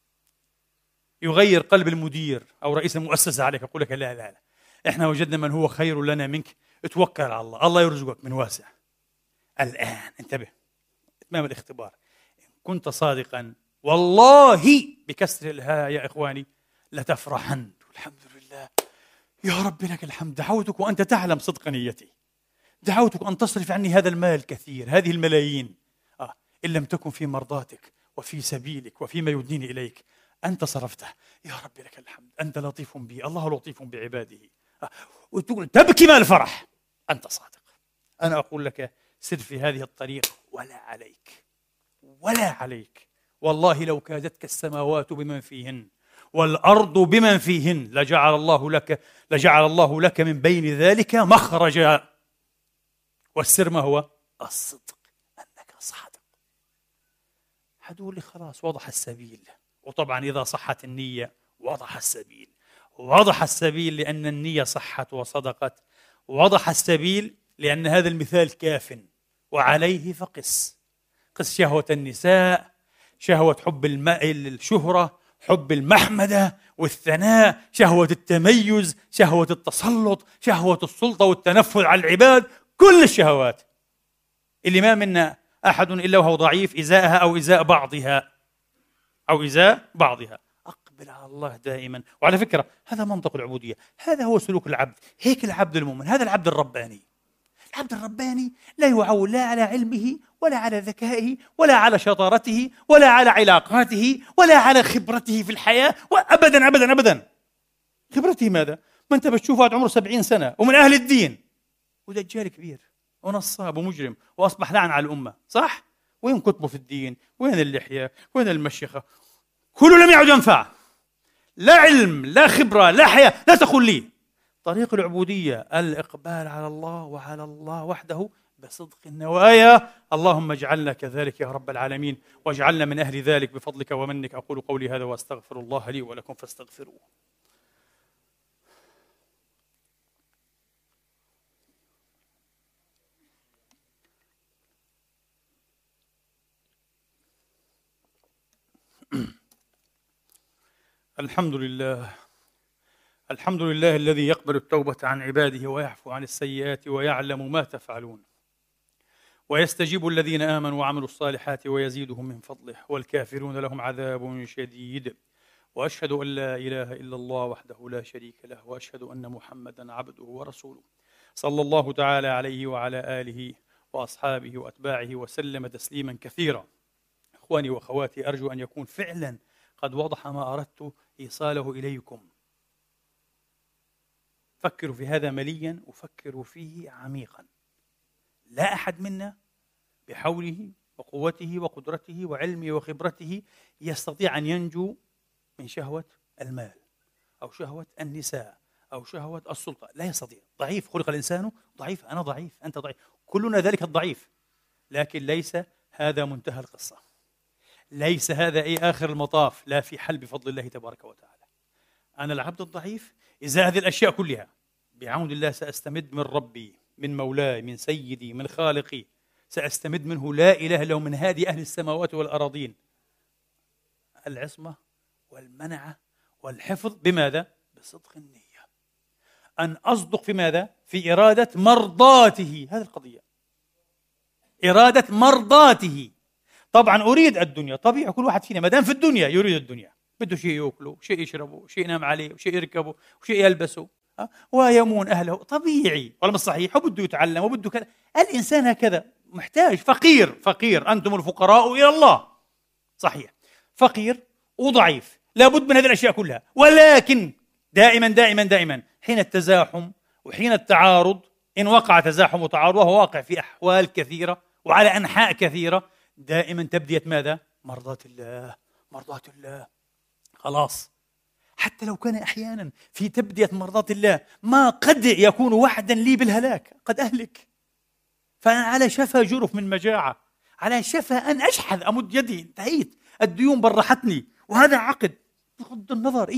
يغير قلب المدير أو رئيس المؤسسة عليك، يقول لك لا لا لا، إحنا وجدنا من هو خير لنا منك، اتوكل على الله، الله يرزقك من واسع. الآن انتبه، إتمام الاختبار. إن كنت صادقا والله بكسر الهاء يا إخواني لتفرحن. الحمد لله يا رب لك الحمد، دعوتك وأنت تعلم صدق نيتي، دعوتك أن تصرف عني هذا المال الكثير، هذه الملايين، إن لم تكن في مرضاتك وفي سبيلك وفيما يدنيني إليك، أنت صرفته يا رب لك الحمد، أنت لطيف بي، الله لطيف بعباده. وتقول تبكي من الفرح، أنت صادق. أنا أقول لك سر في هذه الطريق، ولا عليك ولا عليك. والله لو كادتك السماوات بمن فيهن والأرض بمن فيهن لجعل الله لك من بين ذلك مخرجا. والسر ما هو؟ الصدق، أنك صادق. هتقول لي خلاص وضح السبيل. وطبعا إذا صحت النية وضح السبيل، وضح السبيل لأن النية صحت وصدقت، وضح السبيل لأن هذا المثال كاف، وعليه فقس. قس شهوة النساء، شهوة حب الماء، الشهرة، حب المحمدة والثناء، شهوة التميز، شهوة التسلط، شهوة السلطة والتنفذ على العباد، كل الشهوات اللي ما منا أحد إلا وهو ضعيف إزاءها أو إزاء بعضها أو إزاء بعضها. أقبل على الله دائما. وعلى فكرة هذا منطق العبودية، هذا هو سلوك العبد، هيك العبد المؤمن، هذا العبد الرباني. العبد الرباني لا يعول لا على علمه ولا على ذكائه ولا على شطارته ولا على علاقاته ولا على خبرته في الحياة، وأبدا أبدا أبدا. خبرته ماذا؟ ما أنت بتشوفه عمره 70 سنة ومن أهل الدين ودجال كبير ونصاب ومجرم وأصبح لعن على الأمة، صح؟ وين كتبه في الدين؟ وين اللحية؟ وين المشيخة؟ كله لم يعد ينفع، لا علم لا خبرة لا حياة. لا تقل لي طريق العبودية الإقبال على الله وعلى الله وحده بصدق النوايا. اللهم اجعلنا كذلك يا رب العالمين، واجعلنا من أهل ذلك بفضلك ومنك. أقول قولي هذا وأستغفر الله لي ولكم فاستغفروه. الحمد لله، الحمد لله الذي يقبل التوبة عن عباده ويعفو عن السيئات ويعلم ما تفعلون، ويستجيب الذين آمنوا وعملوا الصالحات ويزيدهم من فضله، والكافرون لهم عذاب شديد. وأشهد أن لا إله إلا الله وحده لا شريك له، وأشهد أن محمدا عبده ورسوله صلى الله تعالى عليه وعلى آله وأصحابه وأتباعه وسلم تسليما كثيرا. إخواني وأخواتي، أرجو أن يكون فعلا قد وضح ما أردت إيصاله إليكم. فكروا في هذا مليا وفكروا فيه عميقا. لا أحد منا بحوله وقوته وقدرته وعلمه وخبرته يستطيع أن ينجو من شهوة المال أو شهوة النساء أو شهوة السلطة، لا يستطيع. ضعيف، خلق الإنسان ضعيف، أنا ضعيف، أنت ضعيف، كلنا ذلك الضعيف. لكن ليس هذا منتهى القصة، ليس هذا أي آخر المطاف، لا في حل بفضل الله تبارك وتعالى. أنا العبد الضعيف إذا هذه الأشياء كلها بعون الله سأستمد من ربي، من مولاي، من سيدي، من خالقي، سأستمد منه لا إله إلا هو، من هادي أهل السماوات والأراضين، العصمة والمنعة والحفظ. بماذا؟ بصدق النية، أن أصدق في ماذا؟ في إرادة مرضاته. هذه القضية، إرادة مرضاته. طبعا أريد الدنيا، طبيعي كل واحد فينا ما دام في الدنيا يريد الدنيا، بده شيء يأكله، شيء يشربه، شيء ينام عليه، شيء يركبه، وشيء يلبسه، ويمون أهله. طبيعي ولا مش صحيح؟ وبده يتعلم وبده كذا. الإنسان هكذا محتاج، فقير. أنتم الفقراء إلى الله، صحيح، فقير وضعيف، لابد من هذه الأشياء كلها. ولكن دائما دائما دائما حين التزاحم وحين التعارض، إن وقع تزاحم وتعارض، وهو واقع في أحوال كثيرة وعلى أنحاء كثيرة، دائما تبدية ماذا؟ مرضاة الله، مرضاة الله. خلاص، حتى لو كان أحيانا في تبدية مرضاة الله ما قد يكون وعدا لي بالهلاك، قد أهلك، فأنا على شفا جرف من مجاعة، على شفا أن أشحذ، أمد يدي، انتهيت، الديون برحتني، وهذا عقد. بغض النظر،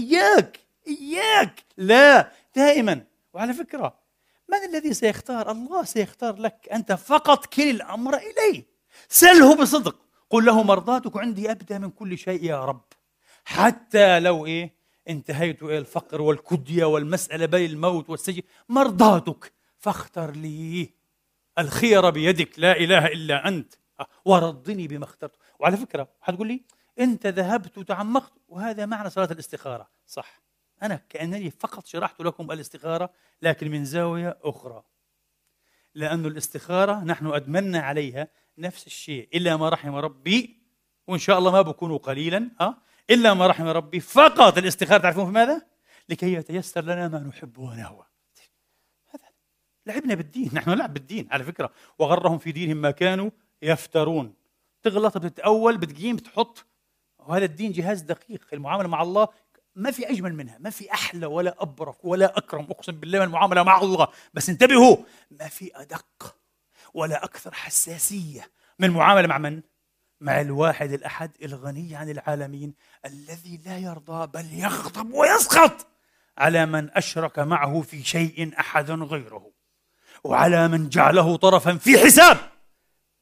إياك لا، دائما. وعلى فكرة، من الذي سيختار؟ الله سيختار لك، أنت فقط كل الأمر إليه. سله بصدق، قل له مرضاتك عندي أبدأ من كل شيء يا رب، حتى لو انتهيت إلى الفقر والكدية والمسألة بين الموت والسجن، مرضاتك فاختر لي، الخير بيدك، لا إله إلا أنت، ورضني بما اخترت. وعلى فكرة هتقول لي أنت ذهبت وتعمقت، وهذا معنى صلاة الاستخارة، صح، أنا كأنني فقط شرحت لكم الاستخارة لكن من زاوية أخرى، لأن الاستخارة نحن أدمنا عليها نفس الشيء، إلا ما رحم ربي، وإن شاء الله ما بكونوا قليلا، إلا ما رحم ربي. فقط الاستخارة تعرفون في ماذا؟ لكي يتيسر لنا ما نحب ونهوى. هذا لعبنا بالدين، نحن نلعب بالدين على فكرة. وغرهم في دينهم ما كانوا يفترون. تغلط، بتتأول، بتقيم، بتحط. وهذا الدين جهاز دقيق. المعاملة مع الله ما في أجمل منها، ما في أحلى ولا أبرك ولا أكرم، أقسم بالله، من المعاملة مع الله. بس انتبهوا، ما في أدق ولا أكثر حساسية من المعاملة مع من؟ مع الواحد الأحد الغني عن العالمين، الذي لا يرضى بل يغضب ويسخط على من أشرك معه في شيء أحد غيره، وعلى من جعله طرفا في حساب.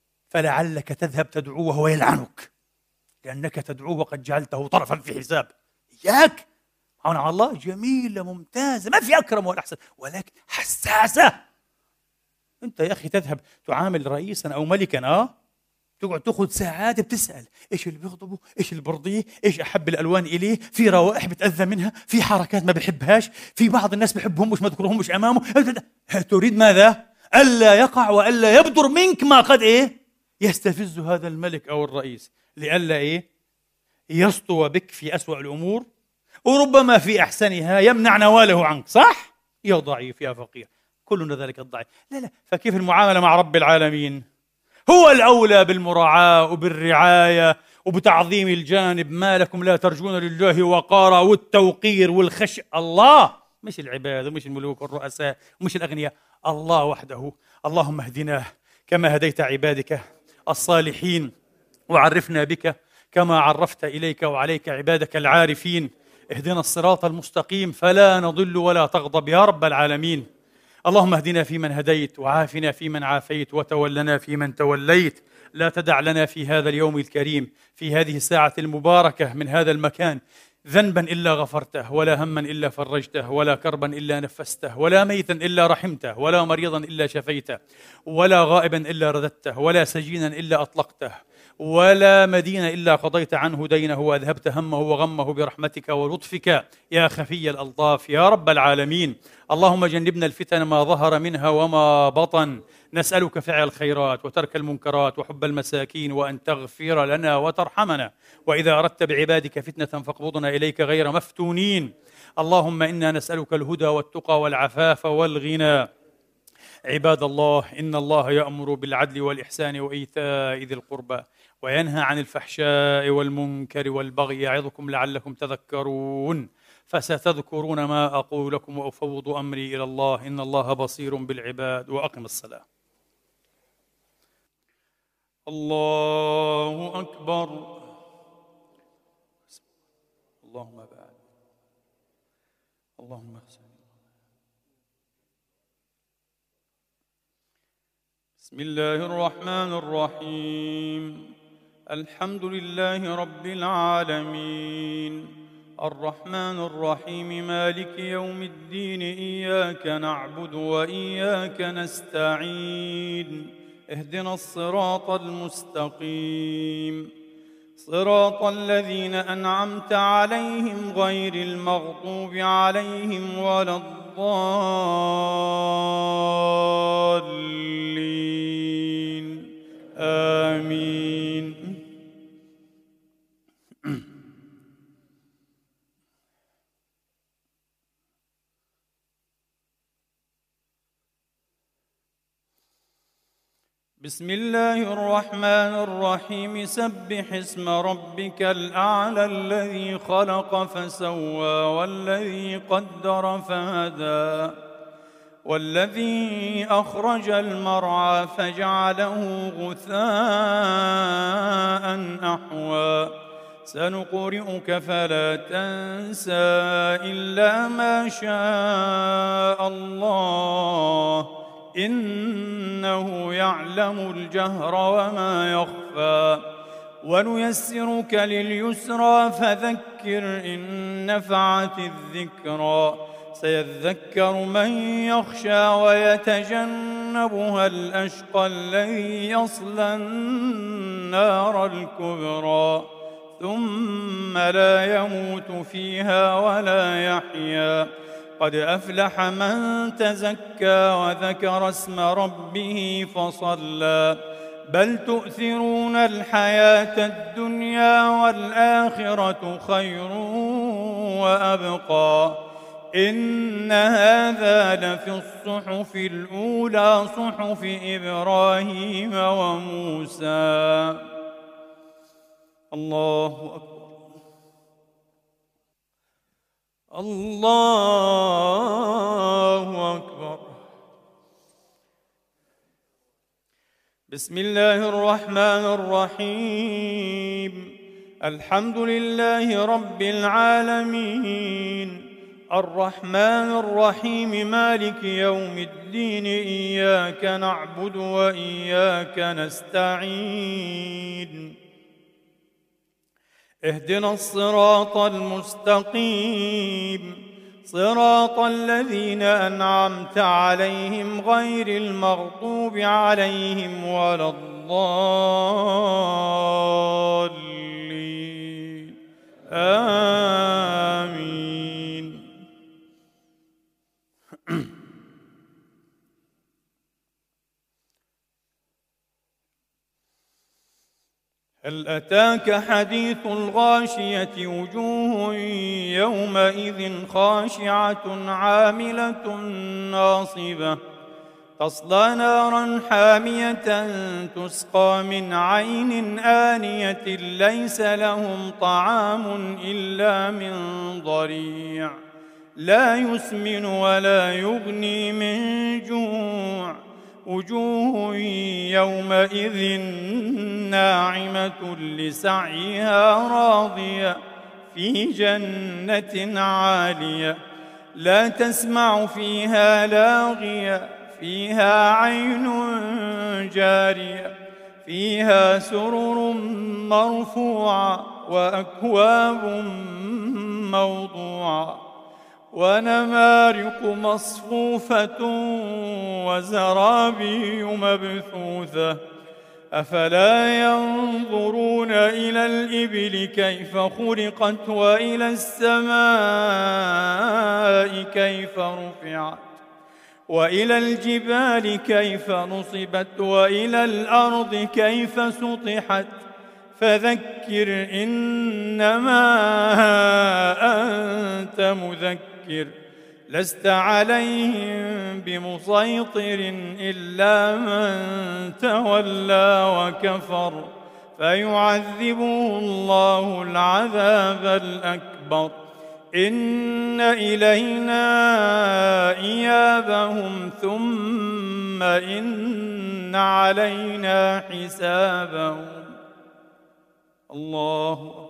فلعلك تذهب تدعوه ويلعنك، لأنك تدعوه وقد جعلته طرفا في حساب. إياك. عون على الله، جميلة ممتازة، ما في أكرم ولا أحسن، ولكن حساسة. أنت يا أخي تذهب تعامل رئيسا أو ملكا، تقعد تاخذ ساعات بتسأل ايش اللي بيغضبه، ايش اللي برضيه، ايش احب الالوان اليه، في روائح بتاذى منها، في حركات ما بحبهاش، في بعض الناس بحبهم مش مذكورهم مش امامه. تريد ماذا؟ الا يقع والا يبدر منك ما قد يستفز هذا الملك او الرئيس، لئلا يسطو بك في اسوأ الامور، وربما في احسنها يمنع نواله عنك. صح يا ضعيف يا فقير، كلنا ذلك الضعيف. لا، فكيف المعامله مع رب العالمين؟ هو الأولى بالمراعاة وبالرعاية وبتعظيم الجانب. ما لكم لا ترجون لله وقارا، والتوقير والخشية. الله، مش العباد ومش الملوك والرؤساء ومش الأغنياء، الله وحده. اللهم اهدناه كما هديت عبادك الصالحين، وعرفنا بك كما عرفت إليك وعليك عبادك العارفين. اهدنا الصراط المستقيم فلا نضل ولا تغضب يا رب العالمين. اللهم اهدنا فيمن هديت، وعافنا فيمن عافيت، وتولنا فيمن توليت. لا تدع لنا في هذا اليوم الكريم، في هذه الساعة المباركة، من هذا المكان ذنبا إلا غفرته، ولا هما إلا فرجته، ولا كربا إلا نفسته، ولا ميتا إلا رحمته، ولا مريضا إلا شفيته، ولا غائبا إلا رددته، ولا سجينا إلا أطلقته، ولا مدين إلا قضيت عنه دينه، وأذهبت همه وغمه برحمتك ولطفك يا خفي الألطاف يا رب العالمين. اللهم جنبنا الفتن ما ظهر منها وما بطن. نسألك فعل الخيرات وترك المنكرات وحب المساكين، وأن تغفر لنا وترحمنا، وإذا أردت بعبادك فتنة فاقبضنا إليك غير مفتونين. اللهم إنا نسألك الهدى والتقى والعفاف والغنى. عباد الله، إن الله يأمر بالعدل والإحسان وإيتاء ذي القربى، وينهى عن الفحشاء والمنكر والبغي، يعظكم لعلكم تذكرون. فستذكرون ما أقول لكم، وأفوض أمري إلى الله، إن الله بصير بالعباد. وأقم الصلاة. الله أكبر. اللهم بارك. اللهم اغفر. بسم الله الرحمن الرحيم. الحمد لله رب العالمين، الرحمن الرحيم، مالك يوم الدين، إياك نعبد وإياك نستعين، اهدنا الصراط المستقيم، صراط الذين أنعمت عليهم غير المغضوب عليهم ولا الضالين، آمين. بسم الله الرحمن الرحيم. سبح اسم ربك الأعلى، الذي خلق فسوى، والذي قدر فهدى، والذي أخرج المرعى فجعله غثاء أحوى. سنقرئك فلا تنسى إلا ما شاء الله، إنه يعلم الجهر وما يخفى. ونيسرك لليسرى، فذكر إن نفعت الذكرى. سيذكر من يخشى ويتجنبها الأشقى، الذي يصلى النار الكبرى، ثم لا يموت فيها ولا يحيا. قد أفلح من تزكى وذكر اسم ربه فصلى. بل تؤثرون الحياة الدنيا، والآخرة خير وأبقى. إن هذا لفي الصحف الأولى، صحف إبراهيم وموسى. الله أكبر. الله أكبر. بسم الله الرحمن الرحيم. الحمد لله رب العالمين، الرحمن الرحيم، مالك يوم الدين، إياك نعبد وإياك نستعين، اهدنا الصراط المستقيم صراط الذين أنعمت عليهم غير المغضوب عليهم ولا الضالين آمين. هل أتاك حديث الغاشية وجوه يومئذ خاشعة عاملة ناصبة تصلى نارا حامية تسقى من عين آنية ليس لهم طعام إلا من ضريع لا يسمن ولا يغني من جوع وجوه يومئذ ناعمة لسعيها راضية في جنة عالية لا تسمع فيها لاغية فيها عين جارية فيها سرر مرفوعة وأكواب موضوعة ونمارق مصفوفة وزرابي مبثوثة أفلا ينظرون إلى الإبل كيف خلقت وإلى السماء كيف رفعت وإلى الجبال كيف نصبت وإلى الأرض كيف سطحت فذكر إنما أنت مذكر لست عليهم بمسيطر إلا من تولى وكفر فيعذبه الله العذاب الأكبر إن إلينا إيابهم ثم إن علينا حسابهم. الله أكبر.